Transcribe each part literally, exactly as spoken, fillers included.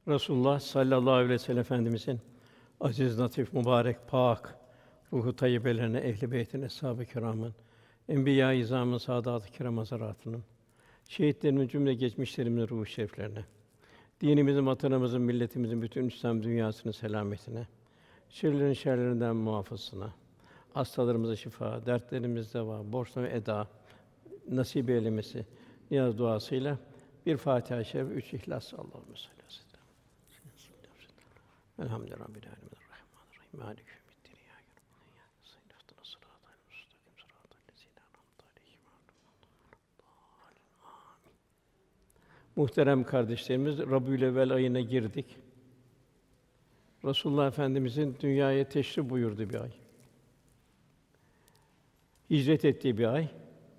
Resulullah sallallahu aleyhi ve sellem Efendimizin aziz, latif, mübarek, pâk ruhu tayyibelerine, ehl-i beytine, eshâb-ı kirâmın, enbiya-i izâmın, sâdât-ı kirâm hazaratının, şehitlerimizin cümle geçmişlerimizin ruhu şeriflerine, dinimizin, vatanımızın, milletimizin, bütün İslam dünyasının selametine, şerlerin şerlerinden muhafazasına, hastalarımıza şifa, dertlerimizde var, borçları eda nasip eylemesi niyaz duasıyla bir Fatiha-i Şerif, üç İhlas. Allahümme salli aleyhi ve sellem. Elhamdülillahi Rabbil âlemin. Rahmanirrahim. Mâlik yevmiddin. İyyâke na'budu ve iyyâke nestaîn. İhdinas sıratal mustakîm. Sıratal lezîne en'amte aleyhim. Amin. Muhterem kardeşlerimiz, Rabiülevvel ayına girdik. Resulullah Efendimizin dünyaya teşrif buyurduğu bir ay. Hicret ettiği bir ay.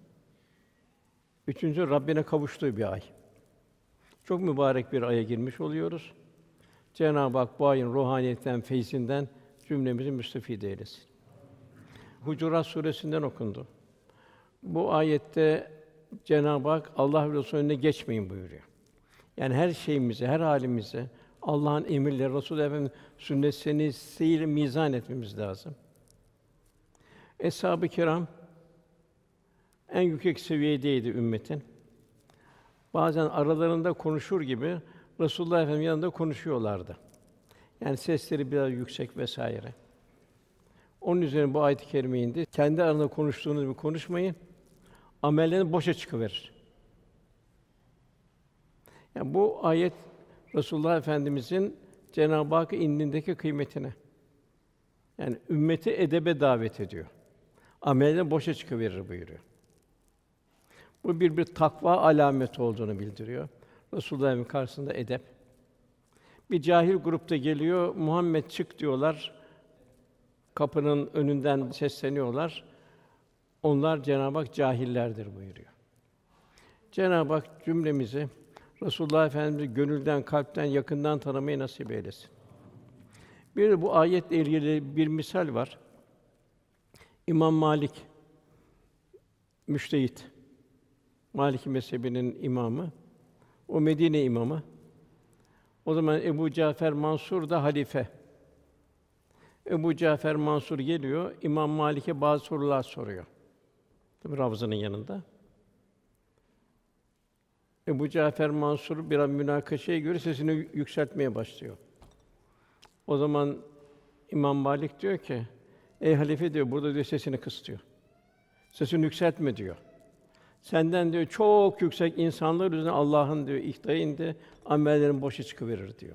Üçüncü, Rabbine kavuştuğu bir ay. Çok mübarek bir aya girmiş oluyoruz. Cenab-ı Hak bu ayın ruhaniyetinden, feyzinden cümlemizi müstefîd eylesin. Hucurat suresinden okundu. Bu ayette Cenab-ı Hak Allah ve Resulü'nün önüne geçmeyin buyuruyor. Yani her şeyimizi, her halimizi Allah'ın emirleri, Resulullah Efendimiz'in sünnetlerini seyir mizan etmemiz lazım. Eshâb-ı kiram en yüksek seviyedeydi ümmetin. Bazen aralarında konuşur gibi Resulullah Efendimiz yanında konuşuyorlardı. Yani sesleri biraz yüksek vesaire. Onun üzerine bu ayet-i kerime indi. Kendi aranızda konuştuğunuz gibi konuşmayın. Amelleriniz boşa çıkıverir. Yani bu ayet Resulullah Efendimizin Cenab-ı Hakk'a indindeki kıymetine. Yani ümmeti edebe davet ediyor. Amellerin boşa çıkıverir buyuruyor. Bu bir bir takva alameti olduğunu bildiriyor. Resulullah'ın karşısında edep. Bir cahil grupta geliyor, Muhammed çık diyorlar. Kapının önünden sesleniyorlar. Onlar Cenab-ı Hak cahillerdir buyuruyor. Cenab-ı Hak cümlemizi Resulullah Efendimiz'i gönülden, kalpten, yakından tanımayı nasip eylesin. Bir de bu ayetle ilgili bir misal var. İmam Malik müştehit. Maliki mezhebinin imamı. O Medine imamı. O zaman Ebu Cafer Mansur da halife. Ebu Cafer Mansur geliyor, İmam Malik'e bazı sorular soruyor. Tabii Ravza'nın yanında. Ebu Cafer Mansur biraz münakaşaya göre sesini yükseltmeye başlıyor. O zaman İmam Malik diyor ki: "Ey halife," diyor, "burada diyor sesini kıs," diyor. "Sesini yükseltme," diyor. "Senden," diyor, "çok yüksek insanlar üzerine Allah'ın," diyor, "ihtiyarı indi, amellerin boşa çıkıverir," diyor.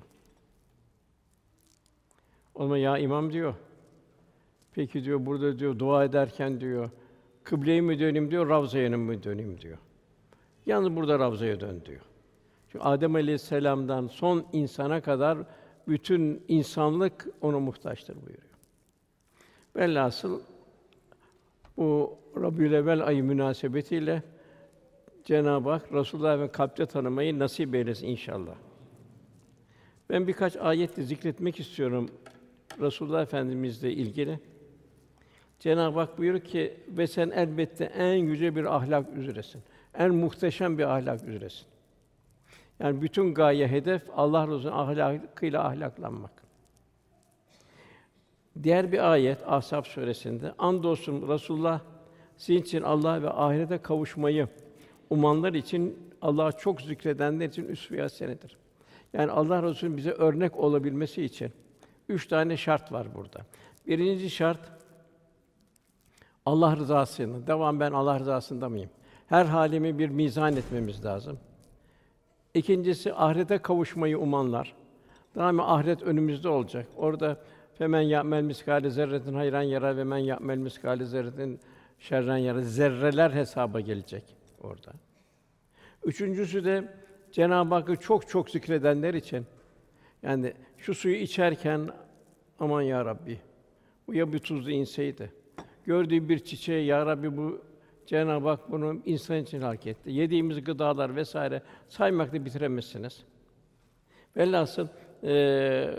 O zaman "Ya imam," diyor, "peki," diyor, "burada," diyor, "dua ederken," diyor, "kıbleye mi döneyim," diyor, "Ravza'ya mı döneyim," diyor. "Yalnız burada Ravza'ya dön," diyor. Çünkü Adem Aleyhisselam'dan son insana kadar bütün insanlık ona muhtaçtır buyuruyor. Velhasıl bu Rabiülevvel ayı münasebetiyle Cenab-ı Hak Resulullah ve kalpte tanımayı nasip eylesin inşallah. Ben birkaç ayetle zikretmek istiyorum Resulullah Efendimizle ilgili. Cenab-ı Hak buyuruyor ki: "Ve sen elbette en yüce bir ahlak üzeresin. En muhteşem bir ahlak üzeresin." Yani bütün gaye, hedef Allah Resulü'nün ahlakıyla ahlaklanmak. Diğer bir ayet Ahzab suresinde: "Andolsun Resulullah sizin için Allah ve ahirete kavuşmayı umanlar için, Allah'ı çok zikredenler için üsve-i hasenedir." Yani Allah Resulü'nün bize örnek olabilmesi için üç tane şart var burada. Birinci şart Allah rızasını. Devam ben Allah rızasında mıyım? Her halimi bir mizan etmemiz lazım. İkincisi ahirete kavuşmayı umanlar. Daima ahiret önümüzde olacak. Orada femen ya'mel miskâle zerretin hayran yara ve men ya'mel miskâle zerretin şerren yara. Zerreler hesaba gelecek orada. Üçüncüsü de Cenab-ı Hakk'ı çok çok zikredenler için, yani şu suyu içerken aman ya Rabbi, bu ya bir tuzlu inseydi. Gördüğü bir çiçeği ya Rabbi bu Cenab-ı Hak bunu insan için hak etti. Yediğimiz gıdalar vesaire saymakla bitiremezsiniz. Velhasıl eee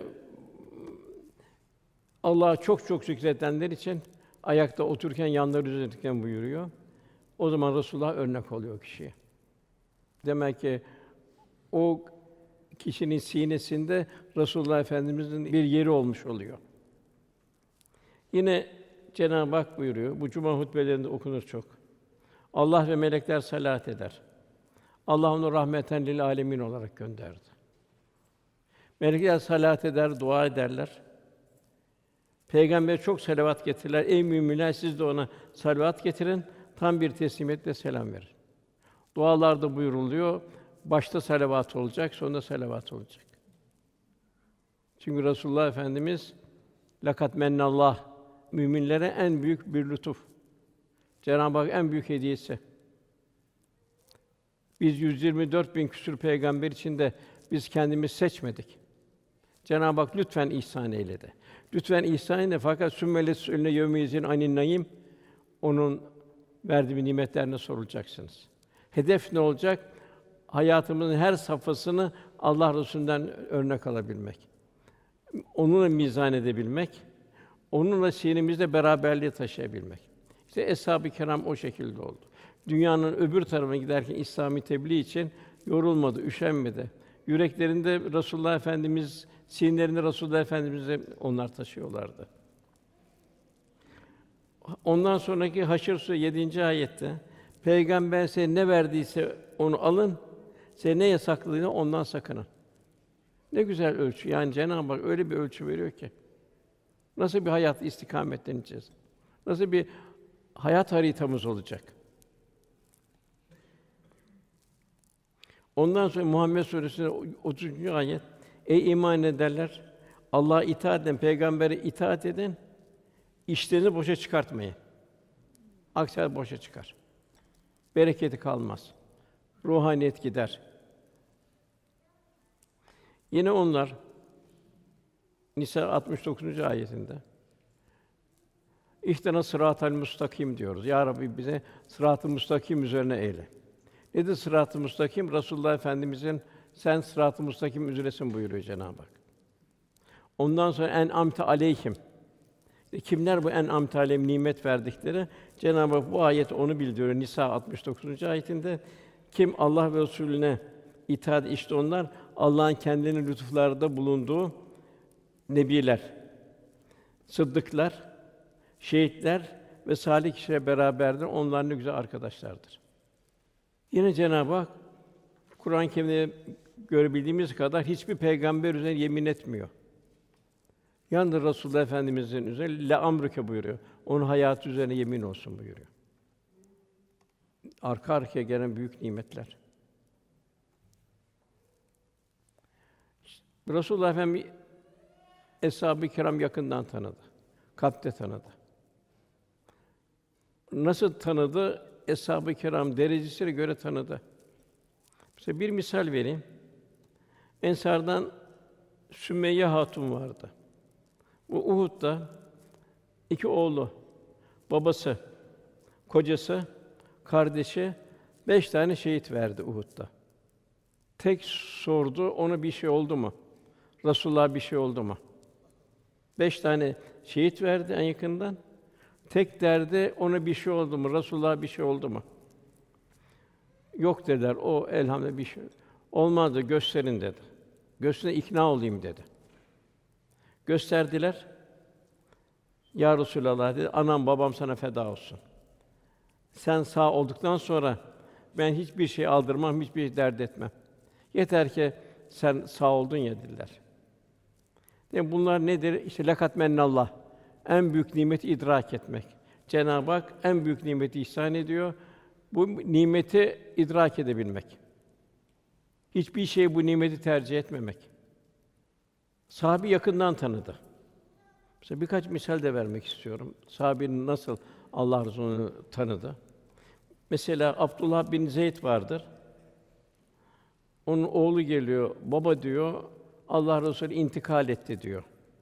Allah'ı çok çok zikredenler için ayakta otururken yanları üzerindeyken buyuruyor. O zaman Resulullah örnek oluyor kişiye. Demek ki o kişinin sinesinde Resulullah Efendimizin bir yeri olmuş oluyor. Yine Cenab-ı Hak buyuruyor, bu cuma hutbelerinde okunur çok. Allah ve melekler salat eder. Allah onu rahmeten lil âlemin olarak gönderdi. Melekler salat eder, dua ederler. Peygamber çok salavat getirirler. Ey müminler, siz de ona salavat getirin. Tam bir teslimiyetle selam verin. Dualarda buyuruluyor. Başta salavat olacak, sonunda salavat olacak. Çünkü Resulullah Efendimiz "Lakat mennallah" müminlere en büyük bir lütuf. Cenab-ı Hak en büyük hediyesi. Biz yüz yirmi dört bin küsur peygamber içinde biz kendimiz seçmedik. Cenab-ı Hak lütfen ihsan eyledi. Lütfen ihsan eyle fakat sümmelet önüne yevmiyizin anin naim, onun verdiği nimetlerine sorulacaksınız. Hedef ne olacak? Hayatımızın her safhasını Allah Resulü'nden örnek alabilmek. Onunla mizan edebilmek, onunla sinimizde beraberliği taşıyabilmek. İşte Eshab-ı Kiram o şekilde oldu. Dünyanın öbür tarafına giderken İslami tebliğ için yorulmadı, üşenmedi. Yüreklerinde Resulullah Efendimiz, sinirlerinde Resulullah Efendimiz'i onlar taşıyorlardı. Ondan sonraki Haşr Suresi yedinci ayette Peygamber size ne verdiyse onu alın, size ne yasakladığını ondan sakının. Ne güzel ölçü. Yani Cenab-ı Hak öyle bir ölçü veriyor ki. Nasıl bir hayat istikametleneceğiz? Nasıl bir hayat haritamız olacak? Ondan sonra Muhammed Suresi'nde otuzuncu ayet: Ey iman ederler! Allah'a itaat edin, peygambere itaat edin. İşlerinizi boşa çıkartmayın. Aksi halde boşa çıkar. Bereketi kalmaz. Ruhaniyet gider. Yine onlar Nisa altmış dokuzuncu ayetinde İhtena sıratal müstakim diyoruz. Ya Rabbi bize sırat-ı müstakim üzerine eyle. Nedir sırat-ı müstakim? Resulullah Efendimizin sen sırat-ı müstakim üzeresin buyuruyor Cenab-ı Hak. Ondan sonra en amte aleyhim. E kimler bu en amte aleyhim nimet verdikleri? Cenab-ı Hak bu ayet onu bildiriyor. Nisa altmış dokuzuncu ayetinde kim Allah ve Resulüne itaat, işte onlar Allah'ın kendilerine lütuflarda bulunduğu nebiler, sıddıklar, şehitler ve salih kişiler beraberdir. Onlar ne güzel arkadaşlardır. Yine Cenab-ı Hak Kur'an-ı Kerim'de görebildiğimiz kadar hiçbir peygamber üzerine yemin etmiyor. Yalnız Resulullah Efendimizin üzerine la amruke buyuruyor. Onun hayatı üzerine yemin olsun buyuruyor. Arka arkaya gelen büyük nimetler. Resulullah Efendimiz Eshab-ı Kiram yakından tanıdı. Kalpte tanıdı. Nasıl tanıdı? Eshab-ı Kiram derecesine göre tanıdı. Mesela bir misal vereyim. Ensardan Sümeyye Hatun vardı. Bu Uhud'da iki oğlu, babası, kocası, kardeşi beş tane şehit verdi Uhud'da. Tek sordu, ona bir şey oldu mu? Resulullah'a bir şey oldu mu? Beş tane şehit verdi en yakından. Tek derdi, ona bir şey oldu mu? Resulullah'a bir şey oldu mu? Yok dediler. O elhamdülillah bir şey olmadı, gösterin dedi. Gösterine ikna olayım dedi. Gösterdiler. Ya Resulallah dedi. Anam babam sana feda olsun. Sen sağ olduktan sonra ben hiçbir şey aldırmam, hiçbir şey dert etmem. Yeter ki sen sağ oldun ya dediler. Yani bunlar nedir? İşte lakat mennallah. En büyük nimeti idrak etmek. Cenab-ı Hak en büyük nimeti ihsan ediyor. Bu nimeti idrak edebilmek. Hiçbir şey bu nimeti tercih etmemek. Sahabi yakından tanıdı. Mesela birkaç misal de vermek istiyorum. Sahabenin nasıl Allah Resulü'nü tanıdı. Mesela Abdullah bin Zeyd vardır. Onun oğlu geliyor, baba diyor, Allah Resulü intikal etti diyor.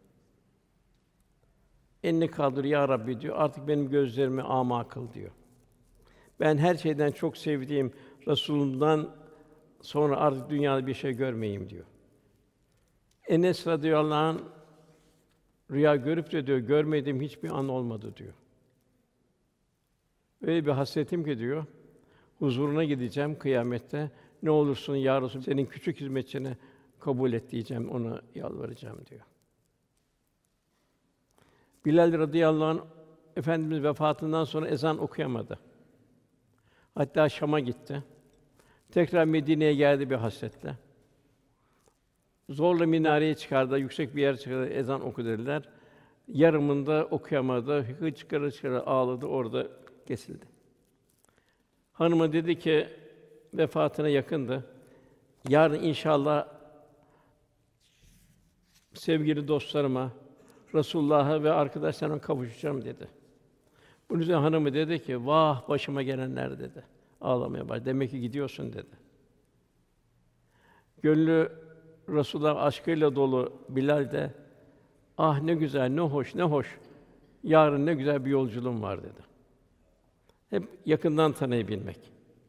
Elini kaldır ya Rabbi diyor. Artık benim gözlerimi âmâ kıl diyor. Ben her şeyden çok sevdiğim Resulünden sonra artık dünyada bir şey görmeyeyim diyor. Enes radıyallahu anh rüya görüp de diyor görmediğim hiçbir an olmadı diyor. Öyle bir hasretim ki diyor huzuruna gideceğim kıyamette. Ne olursun ya Resulallah senin küçük hizmetçine kabul et diyeceğim, ona yalvaracağım diyor. Bilal radıyallahu anh Efendimiz vefatından sonra ezan okuyamadı. Hatta Şam'a gitti. Tekrar Medine'ye geldi bir hasretle. Zorla minareye çıkardı, yüksek bir yere çıkardı, ezan oku dediler. Yarımında okuyamadı, hıçkıra hıçkıra ağladı, orada kesildi. Hanıma dedi ki, vefatına yakındı. Yarın inşallah sevgili dostlarıma, Resulullah'a ve arkadaşlarıma kavuşacağım dedi. Bunun üzerine hanımı dedi ki, vah başıma gelenler dedi. Ağlamaya başladı. Demek ki gidiyorsun dedi. Gönlü Resulullah aşkıyla dolu Bilal de, ah ne güzel, ne hoş, ne hoş. Yarın ne güzel bir yolculuğum var dedi. Hep yakından tanıyabilmek.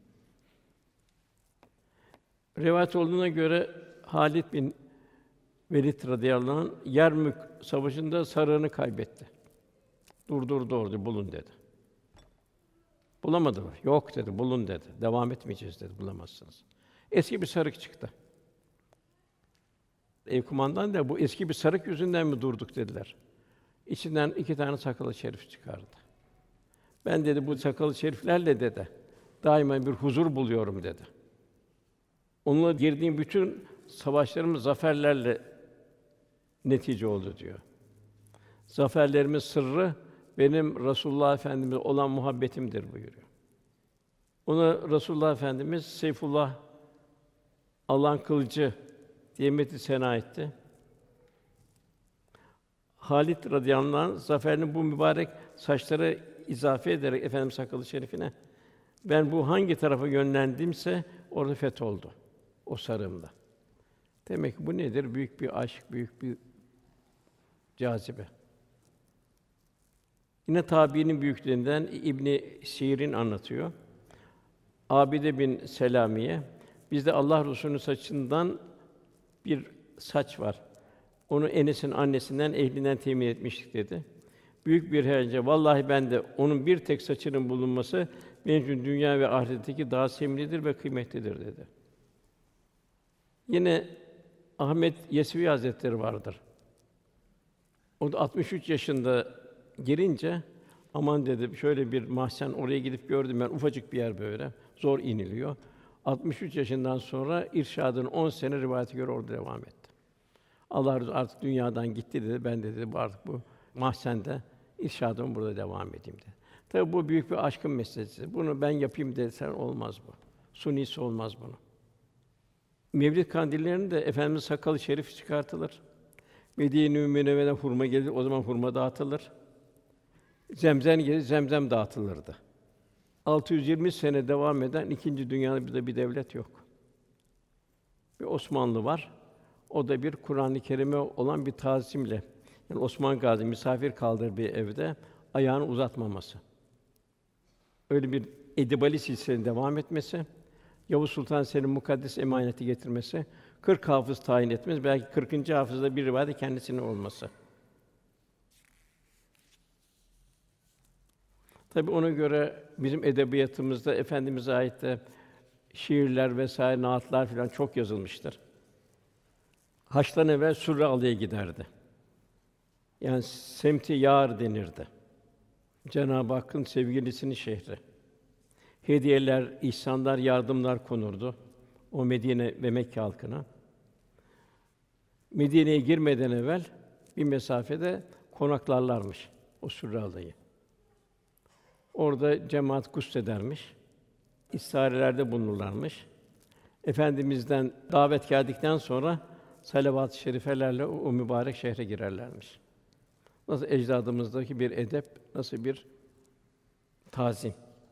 Rivayet olduğuna göre Halid bin Velid radıyallahu anh Yermük savaşında sarığını kaybetti. Durdurdu orada, bulun dedi. Bulamadılar. Yok dedi, bulun dedi. Devam etmeyeceğiz dedi, bulamazsınız. Eski bir sarık çıktı. Ev kumandan da bu eski bir sarık yüzünden mi durduk dediler. İçinden iki tane sakalı şerif çıkardı. Ben dedi bu sakalı şeriflerle dedi daima bir huzur buluyorum dedi. Onunla girdiğim bütün savaşlarımız zaferlerle netice oldu diyor. Zaferlerimin sırrı benim Resulullah Efendimiz'e olan muhabbetimdir buyuruyor. Ona Resulullah Efendimiz Seyfullah Allah'ın kılıcı diye meti sena etti. Halid radıyallahu anh zaferinin bu mübarek saçları izafe ederek Efendimiz sakalı şerifine ben bu hangi tarafa yönlendimse orada fetholdu o sarığımda. Demek ki bu nedir? Büyük bir aşk, büyük bir cazibe. Yine tabiinin büyüklerinden İbn Sirin anlatıyor. Abide bin Selamiye bizde Allah Resulü'nün saçından bir saç var. Onu Enes'in annesinden, ehlinden temin etmiştik dedi. Büyük bir heyecanla vallahi ben de onun bir tek saçının bulunması benim için dünya ve ahiretteki daha sevimlidir ve kıymetlidir dedi. Yine Ahmet Yesevi Hazretleri vardır. O da altmış üç yaşında girince aman dedi şöyle bir mahzen oraya gidip gördüm ben ufacık bir yer böyle zor iniliyor. altmış üç yaşından sonra irşadın on sene rivayete göre orada devam etti. Allah razı artık dünyadan gitti dedi. Ben de dedi bu artık bu mahzende irşadımı burada devam edeyim dedi. Tabii bu büyük bir aşkın meselesi. Bunu ben yapayım desen olmaz bu. Sunisi olmaz bunu. Mevlid kandillerinde de Efendimiz sakalı şerif çıkartılır. Medine-i Münevvere'den hurma gelir, o zaman hurma dağıtılır. Zemzem gelir, zemzem dağıtılırdı. altı yüz yirmi sene devam eden ikinci dünyada bir de bir devlet yok. Bir Osmanlı var. O da bir Kur'an-ı Kerim'e olan bir tazimle. Yani Osman Gazi misafir kaldığı bir evde ayağını uzatmaması. Öyle bir edebali silsilenin devam etmesi, Yavuz Sultan Selim mukaddes emaneti getirmesi, kırk hafız tayin etmesi, belki kırkıncı hafızda bir rivayet kendisinin olması. Tabii ona göre bizim edebiyatımızda Efendimiz'e ait de şiirler vesaire, naatlar filan çok yazılmıştır. Haçtan evvel Surralı'ya giderdi. Yani semti yâr denirdi. Cenab-ı Hakk'ın sevgilisinin şehri. Hediyeler, ihsanlar, yardımlar konurdu o Medine ve Mekke halkına. Medine'ye girmeden evvel bir mesafede konaklarlarmış o Surralı'yı. Orada cemaat gusledermiş, istiharelerde bulunurlarmış. Efendimiz'den davet geldikten sonra salavat-ı şerifelerle o, o mübarek şehre girerlermiş. Nasıl ecdadımızdaki bir edep, nasıl bir tazim.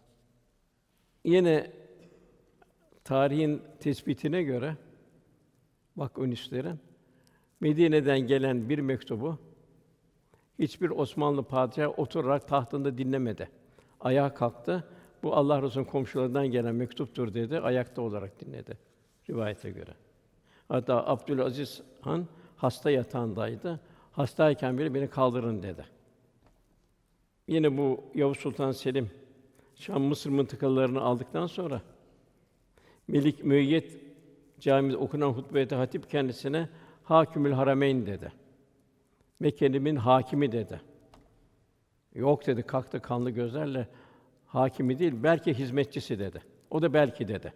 Yine tarihin tespitine göre bak önüslerin Medine'den gelen bir mektubu hiçbir Osmanlı padişahı oturarak tahtında dinlemedi. Ayağa kalktı. Bu Allah Resulü'nün komşularından gelen mektuptur dedi. Ayakta olarak dinledi rivayete göre. Hatta Abdülaziz Han hasta yatağındaydı. Hastayken bile beni kaldırın dedi. Yine bu Yavuz Sultan Selim Şam Mısır mıntıkalarını aldıktan sonra Melik Müeyyed camide okunan hutbede hatip kendisine Hâkimül Harameyn dedi. Mekke'nin hakimi dedi. Yok dedi, kalktı kanlı gözlerle hakimi değil, belki hizmetçisi dedi. O da belki dedi.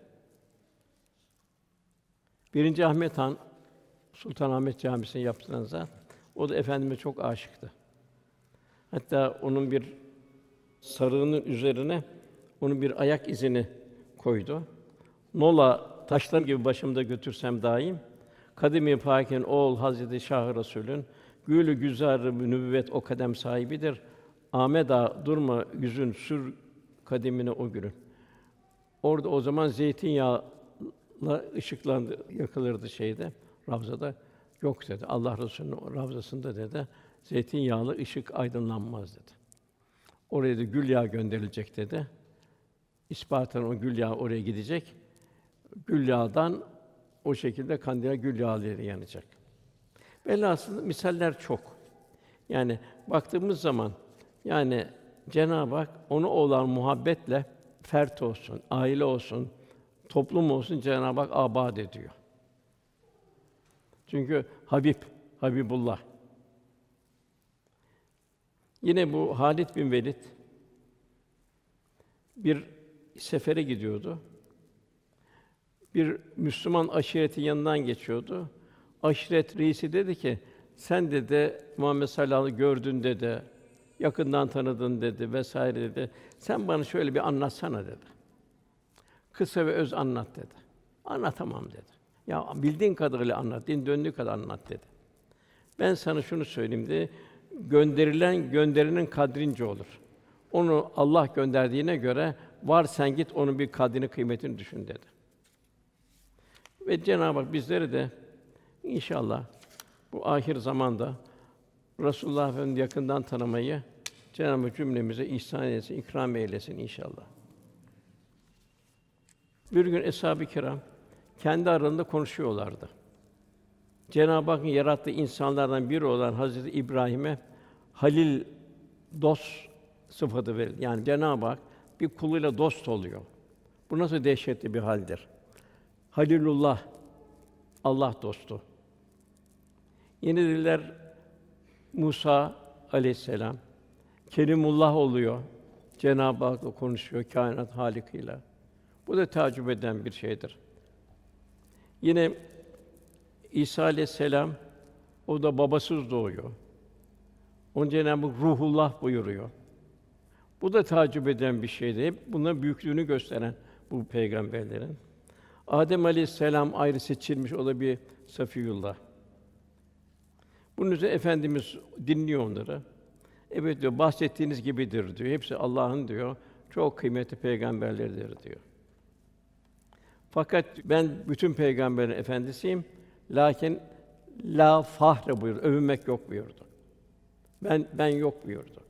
Birinci Ahmet Han Sultanahmet Camisi'ni yaptığında o da Efendimiz'e çok aşıktı. Hatta onun bir sarığının üzerine onun bir ayak izini koydu. Nola taşlar gibi başımda götürsem daim, kadimi pâkin oğul Hazreti Şah Resulün gülü güzar-ı nübüvvet o kadem sahibidir. Ahmeda durma yüzün sür kadimine o gülün. Orada o zaman zeytinyağla ışıklandı, yakılırdı şeyde, Ravzada. Yok dedi. Allah Resulü'nün ravzasında dedi, zeytinyağlı ışık aydınlanmaz dedi. Oraya da gül yağı gönderilecek dedi. İsparta'nın o gül yağı oraya gidecek. Gül yağından o şekilde kandiller gül yağları yanacak. Velhasıl misaller çok. Yani baktığımız zaman yani Cenab-ı Hak ona olan muhabbetle fert olsun, aile olsun, toplum olsun Cenab-ı Hak âbâd ediyor. Çünkü Habib, Habibullah. Yine bu Halid bin Velid bir sefere gidiyordu. Bir Müslüman aşiretin yanından geçiyordu. Aşiret reisi dedi ki, sen dedi Muhammed sallallahu aleyhi ve sellem gördün dedi, yakından tanıdın dedi vesaire dedi. Sen bana şöyle bir anlatsana dedi. Kısa ve öz anlat dedi. Anlatamam dedi. Ya bildiğin kadarıyla anlat, din döndüğü kadar anlat dedi. Ben sana şunu söyleyeyim dedi. Gönderilen gönderinin kadrince olur. Onu Allah gönderdiğine göre var sen git onun bir kadrini kıymetini düşün dedi. Ve Cenab-ı Hak bizleri de inşallah bu ahir zamanda Resulullah Efendimiz'i yakından tanımayı Cenab-ı Hak cümlemize ihsan eylesin, ikram eylesin inşallah. Bir gün eshab-ı kiram kendi aralarında konuşuyorlardı. Cenab-ı Hakk'ın yarattığı insanlardan biri olan Hazreti İbrahim'e halil, dost sıfatı verildi. Yani Cenab-ı Hak bir kuluyla dost oluyor. Bu nasıl dehşetli bir haldir. Halilullah, Allah dostu. Yine dediler Musa aleyhisselam Kelimullah oluyor. Cenab-ı Hak'la konuşuyor kainat Hâlikîyle. Bu da tacip eden bir şeydir. Yine İsa aleyhisselam o da babasız doğuyor. Onun Cenab-ı Hak Ruhullah buyuruyor. Bu da tacip eden bir şeydi. Hep bunların büyüklüğünü gösteren bu peygamberlerin. Adem aleyhisselam ayrı seçilmiş, o da bir Safiyullah. Bunun üzerine Efendimiz dinliyor onları. Evet diyor, bahsettiğiniz gibidir diyor. Hepsi Allah'ın diyor, çok kıymetli peygamberleridir diyor. Fakat ben bütün peygamberlerin efendisiyim. Lakin la fahre buyurdu. Övünmek yok buyurdu. Ben ben yok buyurdu.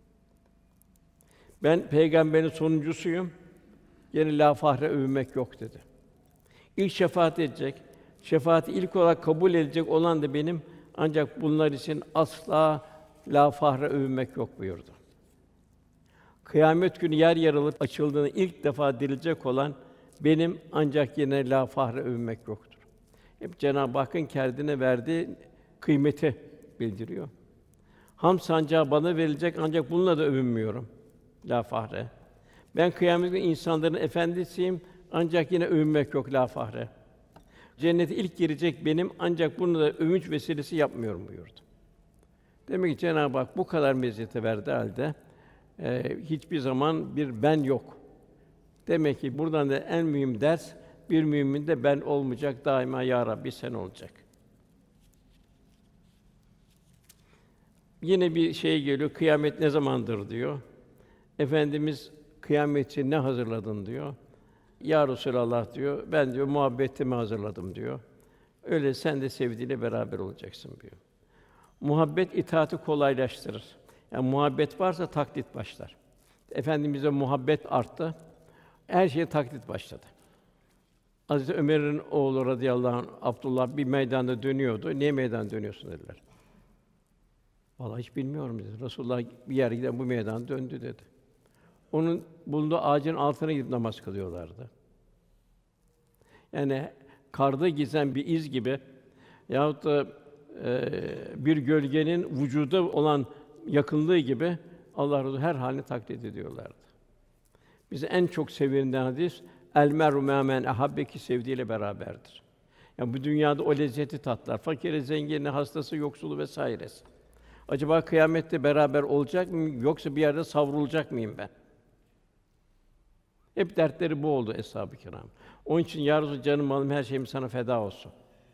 Ben peygamberin sonuncusuyum. Yine la fahre övünmek yok dedi. İlk şefaat edecek, şefaati ilk olarak kabul edecek olan da benim. Ancak bunlar için asla la fahre övünmek yok buyurdu. Kıyamet günü yer yarılıp açıldığında ilk defa dirilecek olan benim, ancak yine la fahre övünmek yoktur. Hep Cenab-ı Hakk'ın kendine verdiği kıymeti bildiriyor. Ham sancağı bana verilecek ancak bununla da övünmüyorum. La fahre. Ben kıyamet günü insanların efendisiyim ancak yine övünmek yok la fahre. Cennete ilk girecek benim ancak bunu da övünç vesilesi yapmıyorum buyurdu. Demek ki Cenab-ı Hak bu kadar meziyeti verdi halde e, hiçbir zaman bir ben yok. Demek ki buradan da en mühim ders bir müminde ben olmayacak, daima ya Rabbi sen olacak. Yine bir şey geliyor, kıyamet ne zamandır diyor. Efendimiz kıyamet için ne hazırladın diyor. Ya Resulallah diyor, ben diyor muhabbetimi hazırladım diyor. Öyle sen de sevdiğiyle beraber olacaksın diyor. Muhabbet itaati kolaylaştırır. Yani muhabbet varsa taklit başlar. Efendimize muhabbet arttı. Her şeye taklit başladı. Hazreti Ömer'in oğlu radıyallahu anh Abdullah bir meydanda dönüyordu. Niye meydan dönüyorsun dediler. Vallahi hiç bilmiyorum dedi. Resulullah bir yere giden bu meydan döndü dedi. Onun bulunduğu ağacın altına gidip namaz kılıyorlardı. Yani karda gezen bir iz gibi yahut da eee bir gölgenin vücuda olan yakınlığı gibi Allah Resulü her halini taklit ediyorlardı. Bizi en çok sevilen hadis el meru me'a men ahabbe ki sevdiğiyle beraberdir. Yani bu dünyada o lezzeti tatlar. Fakiri, zengini, hastası, yoksulu vesairesi. Acaba kıyamette beraber olacak mıyım yoksa bir yerde savrulacak mıyım ben? Hep dertleri bu oldu eshab-ı kiram. Onun için ya Resulallah, canım malım her şeyim sana feda olsun.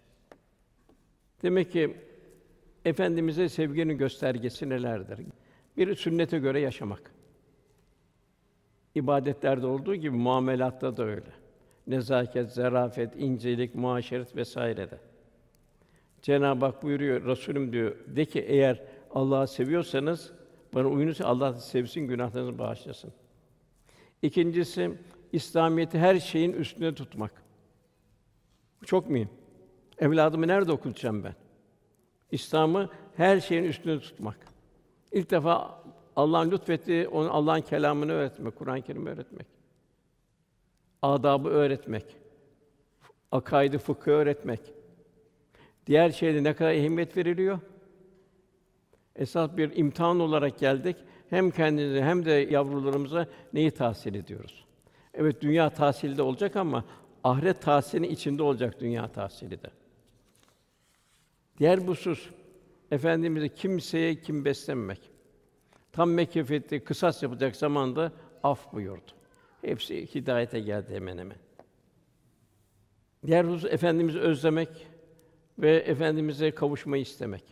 Demek ki Efendimize sevginin göstergesi nelerdir? Bir sünnete göre yaşamak. İbadetlerde olduğu gibi muamelatta da öyle. Nezaket, zarafet, incelik, muaşeret vesairede. Cenab-ı Hak buyuruyor, Resulüm diyor, de ki eğer Allah'ı seviyorsanız bana uyunuz, Allah da sevsin, günahlarınızı bağışlasın. İkincisi, İslamiyeti her şeyin üstünde tutmak. Bu çok mühim. Evladımı nerede okutacağım ben? İslam'ı her şeyin üstünde tutmak. İlk defa Allah'ın lütfettiği onu Allah'ın kelamını öğretmek, Kur'an-ı Kerim'i öğretmek. Adabı öğretmek. Akaid-i fıkhı öğretmek. Diğer şeyde ne kadar ehemmiyet veriliyor? Esas bir imtihan olarak geldik. Hem kendimize hem de yavrularımıza neyi tahsil ediyoruz? Evet, dünya tahsili de olacak ama ahiret tahsilinin içinde olacak dünya tahsili de. Diğer bir husus, Efendimiz'e kimseye kin beslememek. Tam mekefette kısas yapacak zamanda af buyurdu. Hepsi hidayete geldi hemen hemen. Diğer husus, Efendimiz'i özlemek ve Efendimiz'e kavuşmayı istemek.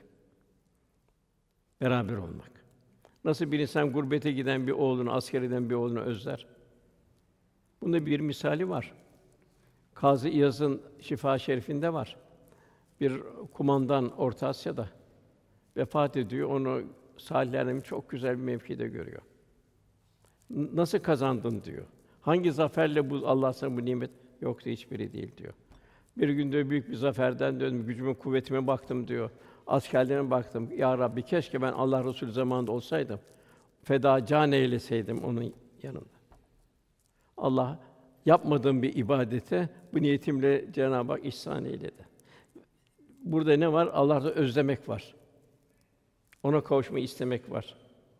Beraber olmak. Nasıl bir insan gurbete giden bir oğlunu, askere giden bir oğlunu özler? Bunda bir misali var. Kazı İyaz'ın Şifa Şerif'inde var. Bir kumandan Orta Asya'da vefat ediyor. Onu salihlerden çok güzel bir mevkide görüyor. Nasıl kazandın diyor. Hangi zaferle bu Allah sana bu nimet yoksa hiçbiri değil diyor. Bir günde büyük bir zaferden döndüm, gücüme, kuvvetime baktım diyor. Askerlerime baktım. Ya Rabbi keşke ben Allah Resulü zamanında olsaydım. Feda can eyleseydim onun yanında. Allah yapmadığım bir ibadete bu niyetimle Cenab-ı Hak ihsan eyledi. Burada ne var? Allah'ı özlemek var. Ona kavuşmayı istemek var.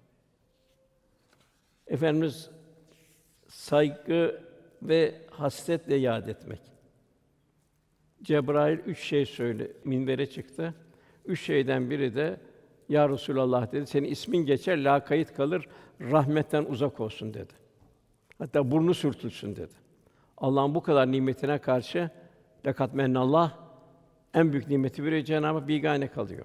Efendimiz saygı ve hasretle yad etmek. Cebrail üç şey söyle minbere çıktı. Üç şeyden biri de ya Resulallah dedi. Senin ismin geçer, lakayt kalır, rahmetten uzak olsun dedi. Hatta burnu sürtülsün dedi. Allah'ın bu kadar nimetine karşı lekat mennallah en büyük nimeti veriyor Cenab-ı Hak, bigane kalıyor.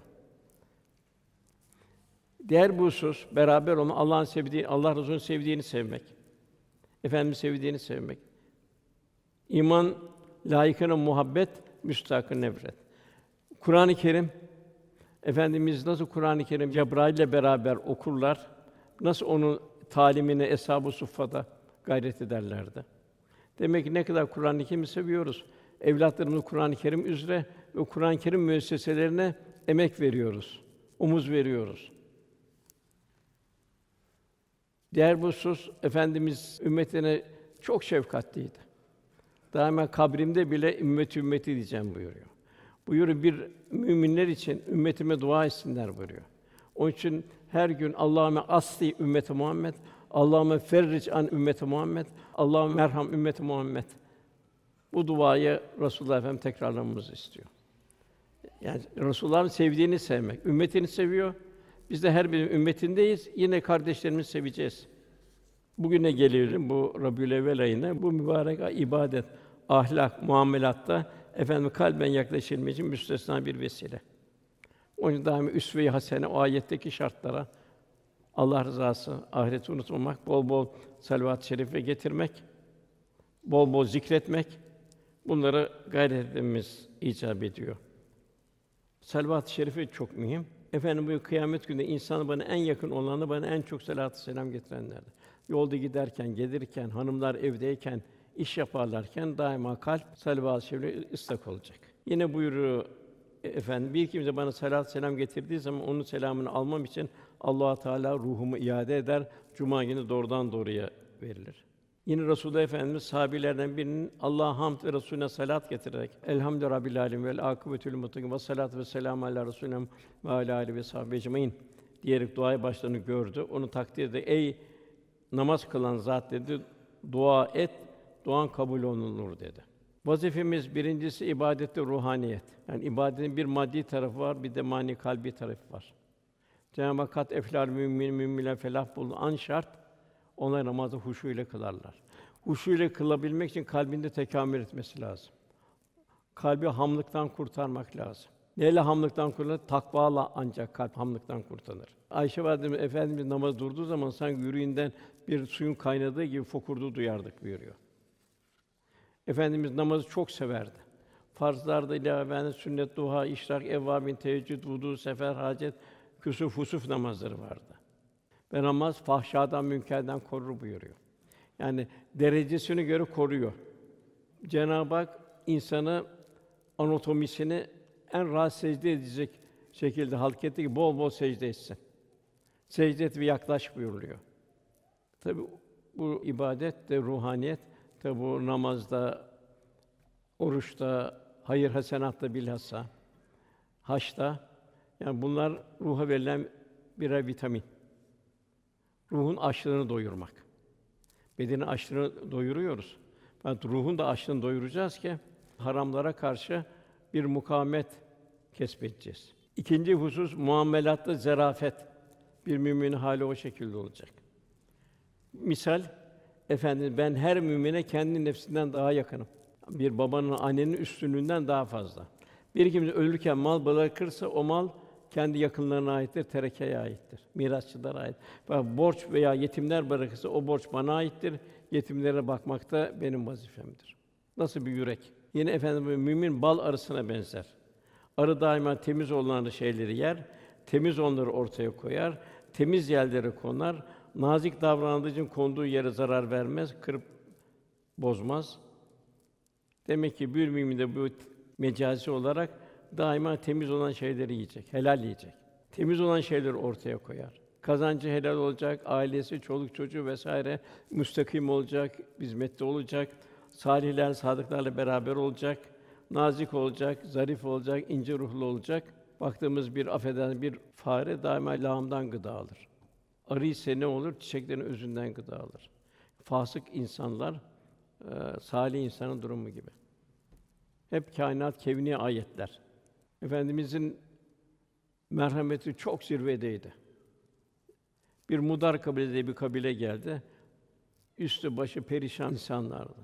Diğer bir husus beraber olma, Allah'ın sevdiği, Allah Resulü'nün sevdiğini sevmek. Efendimiz sevdiğini sevmek. İman layıkına muhabbet, müstakı nefret. Kur'an-ı Kerim Efendimiz nasıl Kur'an-ı Kerim Cebrail'le beraber okurlar, nasıl onun talimine eshab-ı suffada gayret ederlerdi. Demek ki ne kadar Kur'an-ı Kerim'i seviyoruz. Evlatlarımızı Kur'an-ı Kerim üzere ve Kur'an-ı Kerim müesseselerine emek veriyoruz, omuz veriyoruz. Diğer bir husus, Efendimiz ümmetine çok şefkatliydi. Daima kabrimde bile ümmet ümmeti diyeceğim buyuruyor. Buyuruyor bir müminler için ümmetime dua etsinler buyuruyor. Onun için her gün Allahümme asli ümmeti Muhammed, Allahümme ferric an ümmeti Muhammed, Allahümme merham ümmeti Muhammed. Bu duayı Resulullah Efendimiz tekrarlamamızı istiyor. Yani Resulullah'ın sevdiğini sevmek, ümmetini seviyor. Biz de her birinin ümmetindeyiz. Yine kardeşlerimizi seveceğiz. Bugüne gelelim bu Rabiülevvel ayına. Bu mübarek ay ibadet, ahlak, muamelatta efendim kalben yaklaşılmak için müstesna bir vesile. Onun için daima üsve-i hasene o ayetteki şartlara Allah rızası, ahireti unutmamak, bol bol salavat-ı şerife getirmek, bol bol zikretmek, bunlara gayret etmemiz icap ediyor. Salavat-ı şerife çok mühim. Efendim bu kıyamet gününde insan bana en yakın olanı bana en çok salatü selam getirenlerdir. Yolda giderken, gelirken, hanımlar evdeyken, iş yaparlarken daima kalp salavat-ı şerife ıslak olacak. Yine buyuruyor efendim bir kimse bana salatü selam getirdiği zaman onun selamını almam için Allah Teala ruhumu iade eder. Cuma günü doğrudan doğruya verilir. Yine Resulullah Efendimiz sahabilerden birinin Allah'a hamd ve Resulüne salat getirerek Elhamdü Rabbil âlemin vel âkıbetül muttaqîn ve salatu vesselâmu alâ Resulina ve alâ âlihi ve sahbihi ecmaîn diyerek duaya başladığını gördü. Onu takdir ederek ey namaz kılan zat dedi, dua et, duan kabul olunur dedi. Vazifemiz birincisi ibadette ruhaniyet. Yani ibadetin bir maddi tarafı var, bir de mani kalbi tarafı var. Cenab-ı Hak kat eflâl mümin müminler felah buldu. An şart onlar namazı huşu ile kılarlar. Huşu ile kılabilmek için kalbinde tekamül etmesi lazım. Kalbi hamlıktan kurtarmak lazım. Neyle hamlıktan kurtarılır? Takvayla ancak kalp hamlıktan kurtarılır. Ayşe validemiz Efendimiz namaz durduğu zaman sanki yüreğinden bir suyun kaynadığı gibi fokurdu duyardık buyuruyor. Efendimiz namazı çok severdi. Farzlarda ilave sünnet, duha, işrak, evvabin, teheccüd, vudu, sefer, hacet, küsuf, husuf namazları vardı. Ve namaz fahşadan, münkerden korur buyuruyor. Yani derecesine göre koruyor. Cenab-ı Hak insanı anatomisini en rahat secde edecek şekilde halk etti ki bol bol secde etsin. Secde et ve yaklaş buyuruluyor. Tabi bu ibadet de ruhaniyet. Tabi bu namazda, oruçta, hayır hasenatta bilhassa, haçta, yani bunlar ruha verilen birer vitamin. Ruhun açlığını doyurmak. Bedenin açlığını doyuruyoruz. Fakat ruhun da açlığını doyuracağız ki haramlara karşı bir mukavemet kesbedeceğiz. İkinci husus muamelatta zarafet. Bir müminin hali o şekilde olacak. Misal, efendim ben her mümine kendi nefsinden daha yakınım. Bir babanın, annenin üstünlüğünden daha fazla. Bir kimse ölürken mal bırakırsa o mal kendi yakınlarına aittir, terekeye aittir, mirasçılara ait. Ve borç veya yetimler bırakırsa o borç bana aittir. Yetimlere bakmak da benim vazifemdir. Nasıl bir yürek? Yine efendim mümin bal arısına benzer. Arı daima temiz olan şeyleri yer, temiz onları ortaya koyar, temiz yerlere konar, nazik davrandığı için konduğu yere zarar vermez, kırıp bozmaz. Demek ki bir mümin de bu mecazi olarak daima temiz olan şeyleri yiyecek, helal yiyecek. Temiz olan şeyleri ortaya koyar. Kazancı helal olacak, ailesi, çoluk çocuğu vesaire müstakim olacak, hizmette olacak, salihler, sadıklarla beraber olacak, nazik olacak, zarif olacak, ince ruhlu olacak. Baktığımız bir affedersiniz bir fare daima lağımdan gıda alır. Arı ise ne olur? Çiçeklerin özünden gıda alır. Fasık insanlar, e, salih insanın durumu gibi. Hep kainat kevni ayetler. Efendimizin merhameti çok zirvedeydi. Bir Mudar kabile diye bir kabile geldi. Üstü başı perişan insanlardı.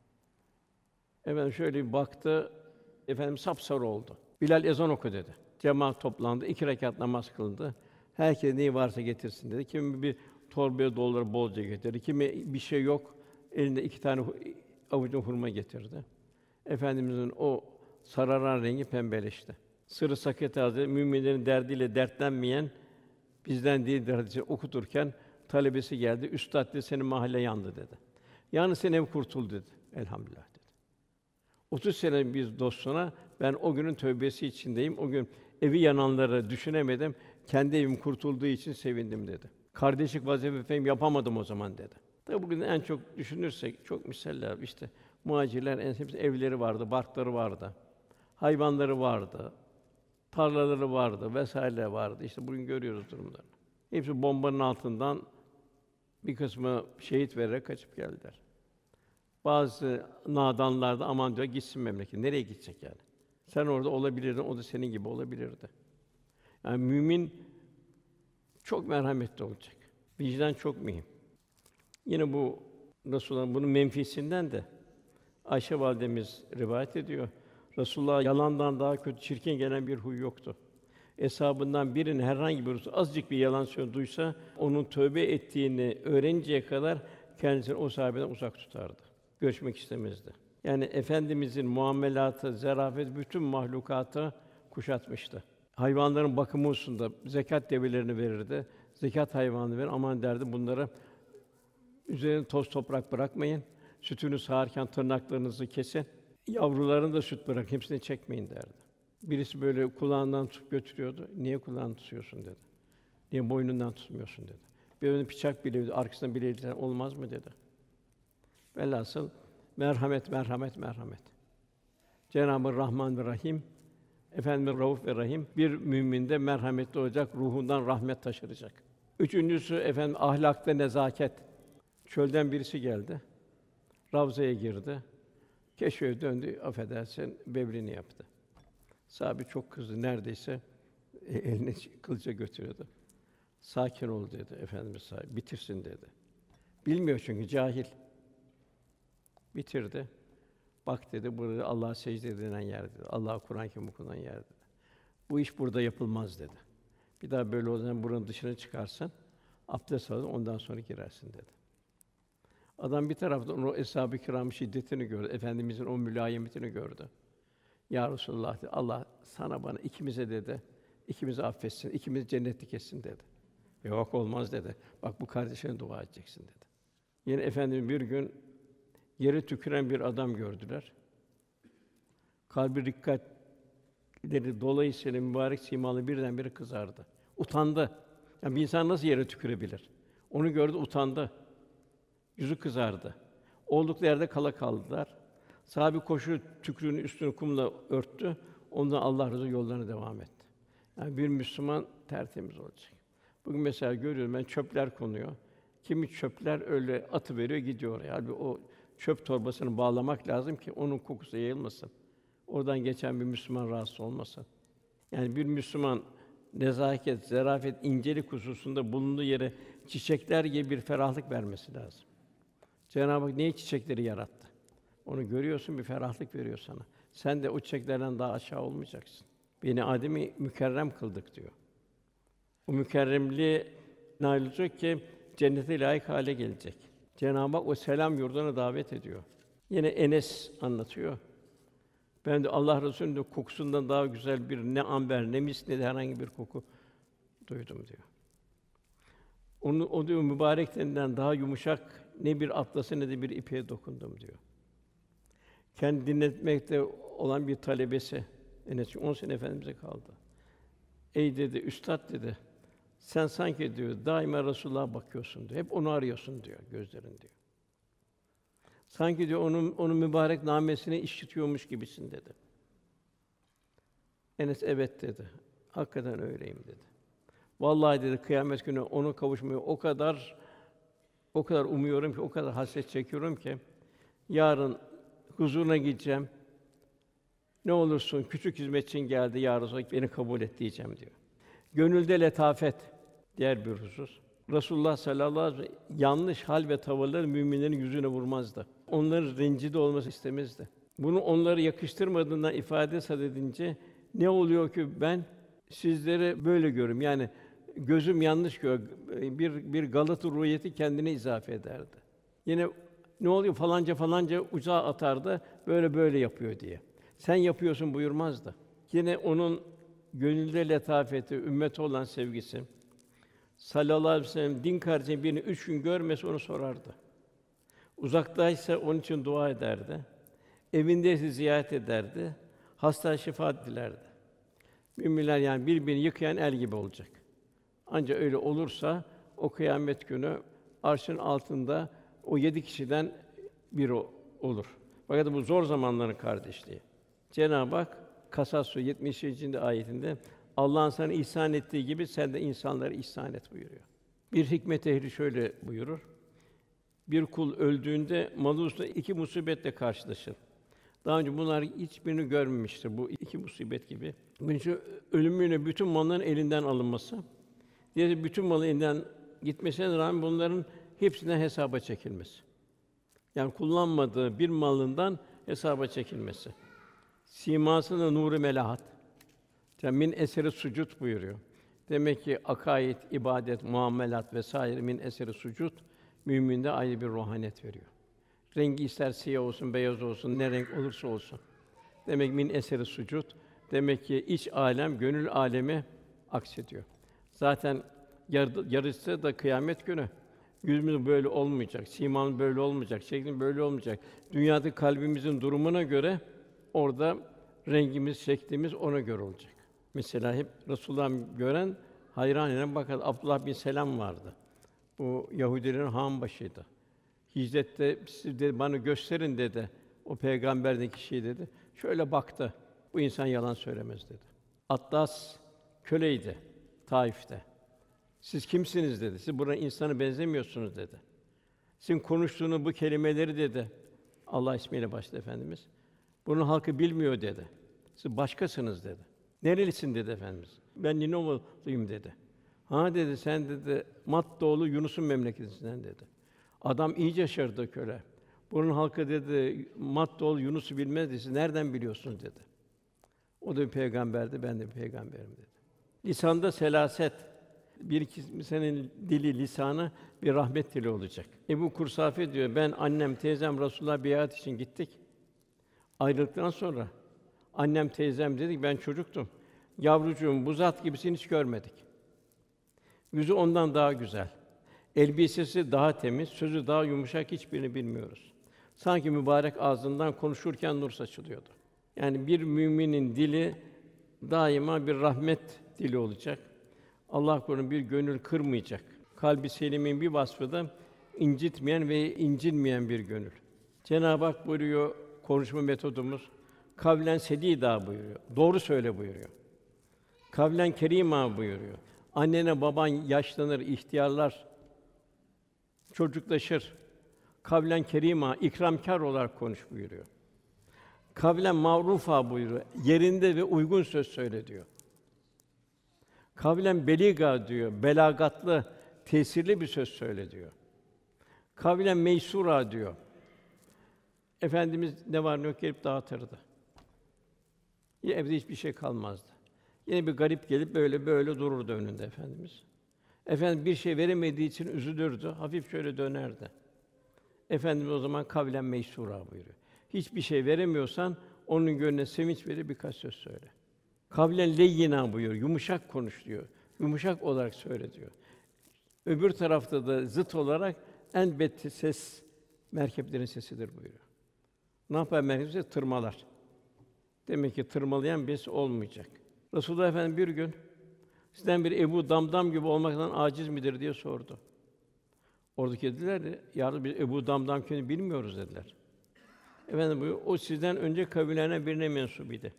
Efendim şöyle bir baktı, efendim sapsarı oldu. Bilal ezan oku dedi. Cemaat toplandı, iki rekat namaz kılındı. Herkes neyi varsa getirsin dedi. Kimi bir torbaya doldurup bolca getirdi. Kimi bir şey yok, elinde iki tane avucun hurma getirdi. Efendimizin o sararan rengi pembeleşti. Sırrı Saket Hazretleri müminlerin derdiyle dertlenmeyen bizden değildir hadisi okuturken talebesi geldi. Üstad dedi, senin mahalle yandı dedi. Yani senin ev kurtuldu dedi. Elhamdülillah dedi. otuz sene biz dostuna ben o günün tövbesi içindeyim. O gün evi yananları düşünemedim. Kendi evim kurtulduğu için sevindim dedi. Kardeşlik vazifemi yapamadım o zaman dedi. Tabi bugün en çok düşünürsek çok misaller işte muhacirler en hepsi evleri vardı, barkları vardı. Hayvanları vardı. Tarlaları vardı vesaire vardı. İşte bugün görüyoruz durumlarını. Hepsi bombanın altından bir kısmı şehit vererek kaçıp geldiler. Bazı nadanlar da aman diyor gitsin memleket. Nereye gidecek yani? Sen orada olabilirdin, o da senin gibi olabilirdi. Yani mümin çok merhametli olacak. Vicdan çok mühim. Yine bu Resulullah'ın bunun menfisinden de Ayşe validemiz rivayet ediyor. Resulullah yalandan daha kötü, çirkin gelen bir huy yoktu. Eshabından birinin herhangi bir husus azıcık bir yalan söz duysa, onun tövbe ettiğini öğreninceye kadar kendisini o sahabeden uzak tutardı. Görüşmek istemezdi. Yani efendimizin muamelatı, zarafet bütün mahlukatı kuşatmıştı. Hayvanların bakımı hususunda zekat develerini verirdi. Zekat hayvanı verin, aman derdi bunlara üzerine toz toprak bırakmayın. Sütünü sağarken tırnaklarınızı kesin. Yavrularını da süt bırak, hepsini çekmeyin derdi. Birisi böyle kulağından tutup götürüyordu. Niye kulağını tutuyorsun dedi. Niye boynundan tutmuyorsun dedi. Bir önü bıçak bile arkasından bile olmaz mı dedi. Velhasıl merhamet, merhamet, merhamet. Cenab-ı Rahman ve Rahim, Efendimiz Rauf ve Rahim bir müminde merhametli olacak, ruhundan rahmet taşıracak. Üçüncüsü efendim ahlakta nezaket. Çölden birisi geldi. Ravzaya girdi. Keşfe döndü, affedersin, bevlini yaptı. Sahabe çok kızdı, neredeyse e, elini kılıca götürüyordu. Sakin ol dedi Efendimiz sahabe, bitirsin dedi. Bilmiyor çünkü cahil. Bitirdi. Bak dedi, burada Allah'a secde edilen yer dedi. Allah'a Kur'an-ı Kerim okunan yer dedi. Bu iş burada yapılmaz dedi. Bir daha böyle olan buranın dışına çıkarsan abdest al, ondan sonra girersin dedi. Adam bir taraftan o eshab-ı kiram şiddetini gördü, Efendimizin o mülayemetini gördü. Ya Resulullah dedi, Allah sana bana ikimize dedi, ikimizi affetsin, ikimiz cennetlik etsin dedi. Yok olmaz dedi. Bak bu kardeşine dua edeceksin dedi. Yine Efendimiz bir gün yere tüküren bir adam gördüler. Kalbi rikkatleri dolayısıyla mübarek simalı birdenbire kızardı. Utandı. Yani bir insan nasıl yere tükürebilir? Onu gördü, utandı. Yüzü kızardı. Oldukları yerde kala kaldılar. Sahabe koşu tükrüğünün üstünü kumla örttü. Ondan Allah razı yollarına devam etti. Yani bir Müslüman tertemiz olacak. Bugün mesela görüyorum ben çöpler konuyor. Kimi çöpler öyle atıveriyor gidiyor oraya. Halbuki o çöp torbasını bağlamak lazım ki onun kokusu yayılmasın. Oradan geçen bir Müslüman rahatsız olmasın. Yani bir Müslüman nezaket, zarafet, incelik hususunda bulunduğu yere çiçekler gibi bir ferahlık vermesi lazım. Cenab-ı Hak niye çiçekleri yarattı? Onu görüyorsun, bir ferahlık veriyor sana. Sen de o çiçeklerden daha aşağı olmayacaksın. Beni Adem'i mükerrem kıldık diyor. O mükerremliğe nail olacak ki cennete layık hale gelecek. Cenab-ı Hak o selam yurduna davet ediyor. Yine Enes anlatıyor. Ben de Allah Resulü'nün de kokusundan daha güzel bir ne amber, ne mis, ne de herhangi bir koku duydum diyor. Onu o diyor mübarek teninden daha yumuşak ne bir atlasa ne de bir ipeğe dokundum diyor. Kendi dinletmekte olan bir talebesi Enes on sene Efendimize kaldı. Ey dedi, üstad dedi. Sen sanki diyor daima Resulullah'a bakıyorsun diyor. Hep onu arıyorsun diyor gözlerin diyor. Sanki diyor onun onun mübarek namesini işitiyormuş gibisin dedi. Enes evet dedi. Hakikaten öyleyim dedi. Vallahi dedi kıyamet günü ona kavuşmayı o kadar o kadar umuyorum ki, o kadar hasret çekiyorum ki yarın huzuruna gideceğim. Ne olursun küçük hizmetçin geldi ya Resulallah beni kabul et diyeceğim diyor. Gönülde letafet diğer bir husus. Resulullah sallallahu aleyhi ve sellem yanlış hal ve tavırları müminlerin yüzüne vurmazdı. Onların rencide olması istemezdi. Bunu onlara yakıştırmadığından ifade sadedince ne oluyor ki ben sizleri böyle görüyorum. Yani gözüm yanlış gör. Bir bir Galata ruhiyeti kendine izafe ederdi. Yine ne oluyor falanca falanca uzağa atardı. Böyle böyle yapıyor diye. Sen yapıyorsun buyurmazdı. Yine onun gönülde letafeti, ümmete olan sevgisi. Sallallahu aleyhi ve sellem din kardeşi birini üç gün görmese onu sorardı. Uzaktaysa onun için dua ederdi. Evindeyse ziyaret ederdi. Hasta şifa dilerdi. Müminler yani birbirini yıkayan el gibi olacak. Ancak öyle olursa o kıyamet günü arşın altında o yedi kişiden biri olur. Fakat bu zor zamanların kardeşliği. Cenab-ı Hak Kasas Suresi yetmişinci ayetinde Allah'ın sana ihsan ettiği gibi sen de insanlara ihsan et buyuruyor. Bir hikmet ehli şöyle buyurur. Bir kul öldüğünde malı hususunda iki musibetle karşılaşır. Daha önce bunlar hiçbirini görmemiştir bu iki musibet gibi. Birincisi ölümüyle bütün malların elinden alınması. Diğeri bütün malı elinden gitmesine rağmen bunların hepsinden hesaba çekilmesi. Yani kullanmadığı bir malından hesaba çekilmesi. Simasında nuru melahat. Yani min eseri sucud buyuruyor. Demek ki akaid, ibadet, muamelat vesaire min eseri sucud müminde ayrı bir ruhaniyet veriyor. Rengi ister siyah olsun, beyaz olsun, ne renk olursa olsun. Demek min eseri sucud. Demek ki iç alem, gönül alemi aksediyor. Zaten yar- yarısı da kıyamet günü yüzümüz böyle olmayacak, simamız böyle olmayacak, şeklimiz böyle olmayacak. Dünyadaki kalbimizin durumuna göre orada rengimiz, şeklimiz ona göre olacak. Mesela hep Resulullah'ı gören hayran eden bakar. Abdullah bin Selam vardı. Bu Yahudilerin hâm başıydı. Hicrette siz dedi, bana gösterin dedi. O peygamberdeki kişiyi dedi. Şöyle baktı. Bu insan yalan söylemez dedi. Attas köleydi Taif'te. Siz kimsiniz dedi. Siz buranın insana benzemiyorsunuz dedi. Sizin konuştuğunuz bu kelimeleri dedi. Allah ismiyle başladı Efendimiz. Bunun halkı bilmiyor dedi. Siz başkasınız dedi. Nerelisin dedi Efendimiz. Ben Ninovalıyım dedi. Ha dedi, sen dedi Mattoğlu Yunus'un memleketinden dedi. Adam iyice şaşırdı köle. Bunun halkı dedi Mattoğlu Yunus'u bilmez dedi. Siz nereden biliyorsunuz dedi. O da bir peygamberdi, ben de bir peygamberim dedi. Lisanda selaset. Bir kimsenin dili, lisanı bir rahmet dili olacak. Ebu Kursafe diyor, ben annem, teyzem Resulullah'a biat için gittik. Ayrıldıktan sonra annem, teyzem dedi ki ben çocuktum. Yavrucuğum bu zat gibisini hiç görmedik. Yüzü ondan daha güzel. Elbisesi daha temiz, sözü daha yumuşak, hiçbirini bilmiyoruz. Sanki mübarek ağzından konuşurken nur saçılıyordu. Yani bir müminin dili daima bir rahmet dili olacak. Allah korusun bir gönül kırmayacak. Kalbi selimin bir vasfı da incitmeyen ve incinmeyen bir gönül. Cenab-ı Hak buyuruyor, konuşma metodumuz kavlen sedîdâ buyuruyor. Doğru söyle buyuruyor. Kavlen kerîmâ buyuruyor. Annene baban yaşlanır, ihtiyarlar, çocuklaşır. Kavlen kerîmâ, ikramkâr olarak konuş buyuruyor. Kavlen ma'rûfâ buyuruyor. Yerinde ve uygun söz söyle diyor. Kavlen belîgâ diyor. Belagatlı, tesirli bir söz söyle diyor. Kavlen meysûrâ diyor. Efendimiz ne var ne yok gelip dağıtırdı. Yine evde hiçbir şey kalmazdı. Yine bir garip gelip böyle böyle dururdu önünde Efendimiz. Efendim bir şey veremediği için üzülürdü. Hafif şöyle dönerdi. Efendimiz o zaman kavlen meysûrâ buyuruyor. Hiçbir şey veremiyorsan onun gönlüne sevinç verir, birkaç söz söyle. Kavlen leyyinâ buyuruyor. Yumuşak konuş diyor. Yumuşak olarak söyle diyor. Öbür tarafta da zıt olarak en bet ses merkeplerin sesidir buyuruyor. Ne yapar merkep? Tırmalar. Demek ki tırmalayan birisi olmayacak. Resulullah Efendimiz bir gün sizden bir Ebu Damdam gibi olmaktan aciz midir diye sordu. Oradaki dediler de, ya biz Ebu Damdam kimini bilmiyoruz dediler. Efendim buyuruyor, o sizden önce kabillerine birine mensup idi.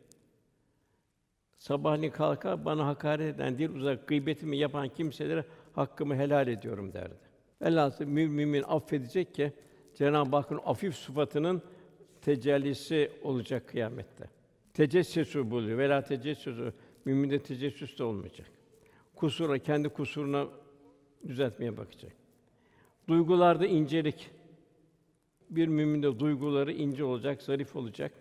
Sabahleyin kalkar bana hakaret eden, dil uzak gıybetimi yapan kimselere hakkımı helal ediyorum derdi. Velhâsıl mümin affedecek ki Cenab-ı Hakk'ın afif sıfatının tecellisi olacak kıyamette. Tecessüsü buluyor. Velâ tecessüsü, müminde tecessüs de olmayacak. Kusura, kendi kusuruna düzeltmeye bakacak. Duygularda incelik. Bir müminde duyguları ince olacak, zarif olacak.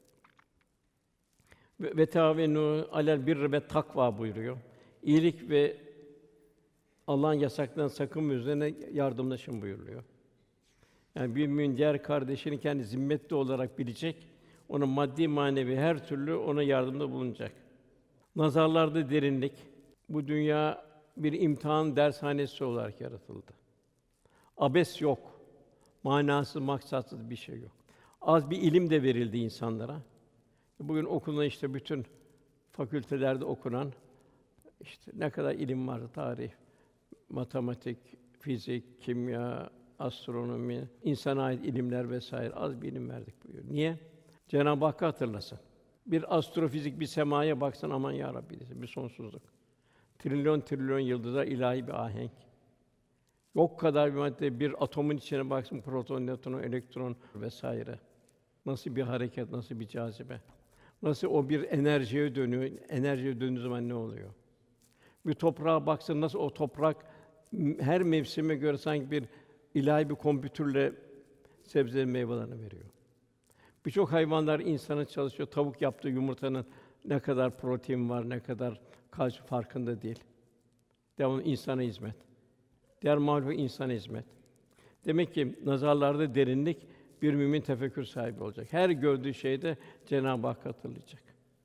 Ve ve tâvenû alel birri ve takva buyuruyor. İyilik ve Allah'ın yasaklarından sakınma üzerine yardımlaşın buyuruluyor. Yani bir mümin diğer kardeşini kendi zimmetli olarak bilecek, ona maddi manevi her türlü ona yardımda bulunacak. Nazarlarda derinlik. Bu dünya bir imtihan dershanesi olarak yaratıldı. Abes yok. Manasız, maksatsız bir şey yok. Az bir ilim de verildi insanlara. Bugün okunan işte bütün fakültelerde okunan işte ne kadar ilim var, tarih, matematik, fizik, kimya, astronomi, insana ait ilimler vesaire az bir ilim verdik buyuruyor. Niye? Cenab-ı Hakk'ı hatırlasın. Bir astrofizik bir semaya baksan aman ya Rabbi desin, bir sonsuzluk. Trilyon trilyon yıldızlar ilahi bir ahenk. Yok kadar bir madde bir atomun içine baksın proton, nötron, elektron vesaire. Nasıl bir hareket, nasıl bir cazibe. Nasıl o bir enerjiye dönüyor. Enerjiye döndüğü zaman ne oluyor? Bir toprağa baksın nasıl o toprak her mevsime göre sanki bir ilahi bir kompütürle sebze meyvelerini veriyor. Birçok hayvanlar insana çalışıyor. Tavuk yaptığı yumurtanın ne kadar protein var, ne kadar kalsiyum farkında değil. Devamlı insana hizmet. Diğer mahluk insana hizmet. Demek ki nazarlarda derinlik bir mümin tefekkür sahibi olacak. Her gördüğü şeyde Cenab-ı Hak hatırlayacak.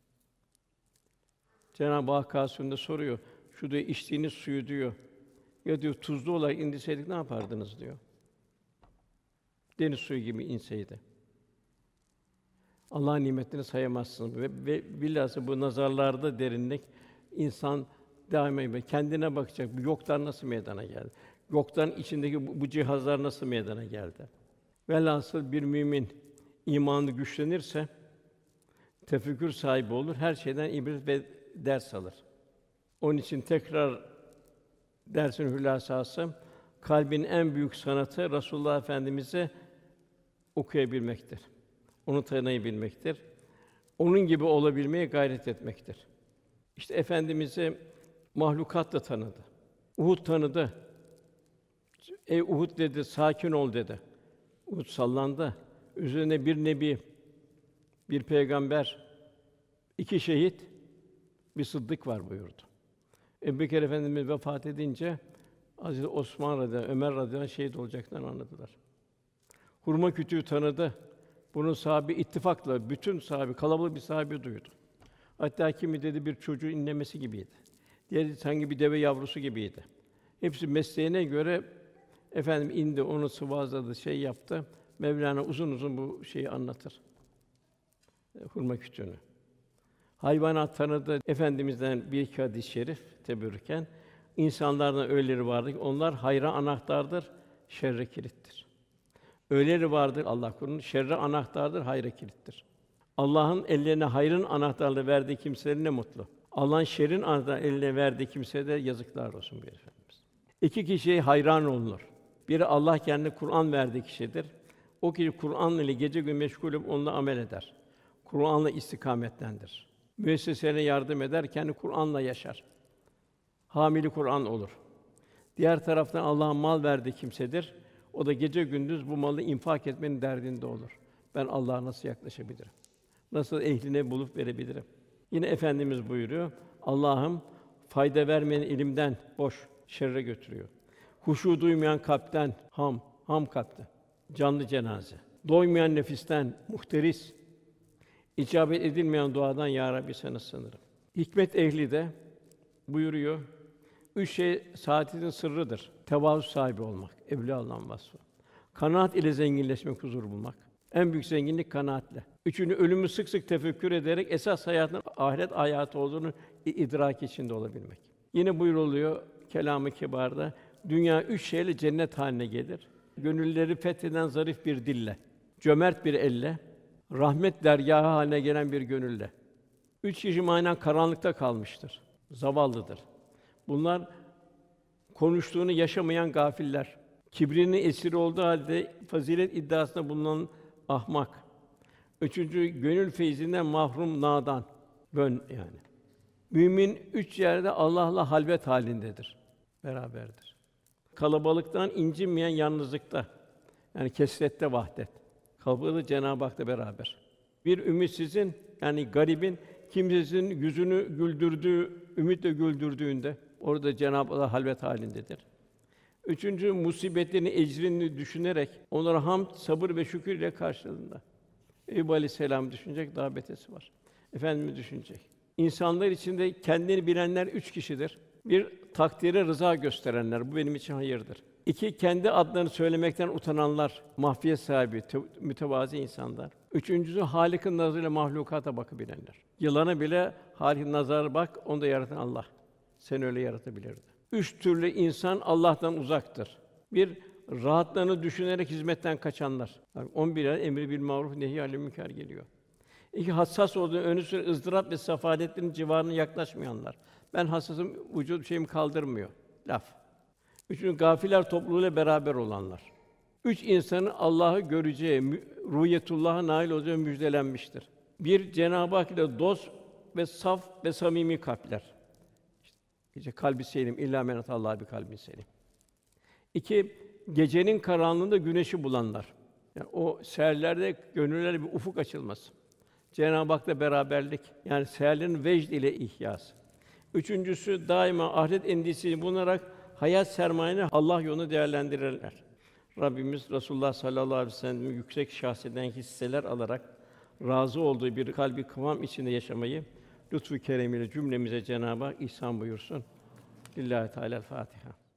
Cenab-ı Hak Kâsûn'da soruyor. Şu diyor içtiğiniz suyu diyor. Ya diyor tuzlu olarak indirseydik ne yapardınız diyor. Deniz suyu gibi inseydi. Allah'ın nimetlerini sayamazsınız ve, ve bilhassa bu nazarlarda derinlik insan daima kendine bakacak. Bu yoktan nasıl meydana geldi? Yoktan içindeki bu, bu cihazlar nasıl meydana geldi? Velhasıl bir mümin imanı güçlenirse tefekkür sahibi olur, her şeyden ibret ve ders alır. Onun için tekrar dersin hülasası, kalbin en büyük sanatı Resulullah Efendimiz'i okuyabilmektir. Onu tanıyabilmektir. Onun gibi olabilmeye gayret etmektir. İşte Efendimiz'i mahlukat da tanıdı. Uhud tanıdı. Ey Uhud dedi, sakin ol dedi. Uhud sallandı. Üzerine bir nebi, bir peygamber, iki şehit, bir sıddık var buyurdu. Ebubekir Efendimiz vefat edince Hazreti Osman radıyallahu anh, Ömer radıyallahu anh şehit olacaklarını anladılar. Hurma kütüğü tanıdı. Bunun sahibi ittifakla bütün sahibi kalabalık bir sahibi duydu. Hatta kimi dedi bir çocuğun inlemesi gibiydi. Diğeri sanki bir deve yavrusu gibiydi. Hepsi mesleğine göre efendim indi, onu sıvazladı, şey yaptı. Mevlana uzun uzun bu şeyi anlatır. Hurma kütüğünü. Hayvanat tanıdı. Efendimizden bir iki hadis-i şerif teberrüken insanlardan öyleleri vardır ki onlar hayra anahtardır, şerre kilittir. Öyleleri vardır Allah korusun, şerre anahtardır, hayra kilittir. Allah'ın ellerine hayrın anahtarlığı verdiği kimselere ne mutlu. Allah'ın şerrin anahtarlığı eline verdiği kimseye de yazıklar olsun buyuruyor Efendimiz. İki kişiye hayran olunur. Biri Allah kendine Kur'an verdiği kişidir. O kişi Kur'an ile gece gün meşgul olup onunla amel eder. Kur'an'la istikametlendir. Müesseselerine yardım eder, kendi Kur'an'la yaşar. Hamili Kur'an olur. Diğer taraftan Allah'ın mal verdiği kimsedir. O da gece gündüz bu malı infak etmenin derdinde olur. Ben Allah'a nasıl yaklaşabilirim? Nasıl ehline bulup verebilirim? Yine Efendimiz buyuruyor. Allah'ım fayda vermeyen ilimden boş, şerre götürüyor. Huşu duymayan kalpten ham, ham kalpten canlı cenaze. Doymayan nefisten muhteris. İcabet edilmeyen duadan ya Rabbi sana sığınırım. Hikmet ehli de buyuruyor. Üç şey saadetin sırrıdır. Tevazu sahibi olmak, evliya Allah'ın vasfı. Kanaat ile zenginleşmek, huzur bulmak. En büyük zenginlik kanaatle. Üçünü ölümü sık sık tefekkür ederek esas hayatın ahiret hayatı olduğunu idrak içinde olabilmek. Yine buyuruluyor Kelam-ı Kibar'da dünya üç şeyle cennet haline gelir. Gönülleri fetheden zarif bir dille, cömert bir elle, rahmet dergâhı haline gelen bir gönülle. Üç kişi manen karanlıkta kalmıştır. Zavallıdır. Bunlar konuştuğunu yaşamayan gafiller. Kibrinin esiri olduğu halde fazilet iddiasında bulunan ahmak. Üçüncü gönül feyzinden mahrum nadan. Bön yani. Mümin üç yerde Allah'la halvet halindedir. Beraberdir. Kalabalıktan incinmeyen yalnızlıkta. Yani kesrette vahdet. Kalabalık Cenab-ı Hak'la beraber. Bir ümitsizin yani garibin kimsesinin yüzünü güldürdüğü, ümitle güldürdüğünde orada Cenab-ı Allah halvet halindedir. Üçüncü musibetlerini, ecrini düşünerek onlara hamd, sabır ve şükür ile karşılığında. Eyüp Aleyhisselam düşünecek, daha betesi var. Efendimiz düşünecek. İnsanlar içinde kendini bilenler üç kişidir. Bir, takdire rıza gösterenler, bu benim için hayırdır. İki, kendi adlarını söylemekten utananlar, mahfiyet sahibi, te- mütevazı insanlar. Üçüncüsü, Hâlik'in nazarıyla mahlukata bakabilenler. Yılana bile Hâlik'in nazarı bak, onu da yaratan Allah. Seni öyle yaratabilirdi. Üç türlü insan Allah'tan uzaktır. Bir, rahatlarını düşünerek hizmetten kaçanlar. on bir ayet emri bil maruf nehy anil münker geliyor. İki, hassas olduğu önü süre ızdırap ve sefaletlerin civarına yaklaşmayanlar. Ben hassasım, vücut şeyim kaldırmıyor. Laf. Üçüncü, gafiller topluluğuyla beraber olanlar. Üç insanın Allah'ı göreceği, mü- ruhiyetullah'a nail olacağı müjdelenmiştir. Bir, Cenab-ı Hak ile dost ve saf ve samimi kalpler. İşte kalbi selim, illa men Allah bir kalbin selim. İki, gecenin karanlığında güneşi bulanlar. Yani o seherlerde gönüllere bir ufuk açılması. Cenab-ı Hak'la beraberlik, yani seherlerin vecd ile ihyası. Üçüncüsü, daima ahiret endişesi bulunarak hayat sermayeni Allah yolunda değerlendirirler. Rabbimiz Resulullah sallallahu aleyhi ve sellem'in yüksek şahsiyetinden hisseler alarak razı olduğu bir kalbi kıvam içinde yaşamayı lütfü keremiyle cümlemize Cenab-ı Hak ihsan buyursun. Lillahi Teala Fatiha.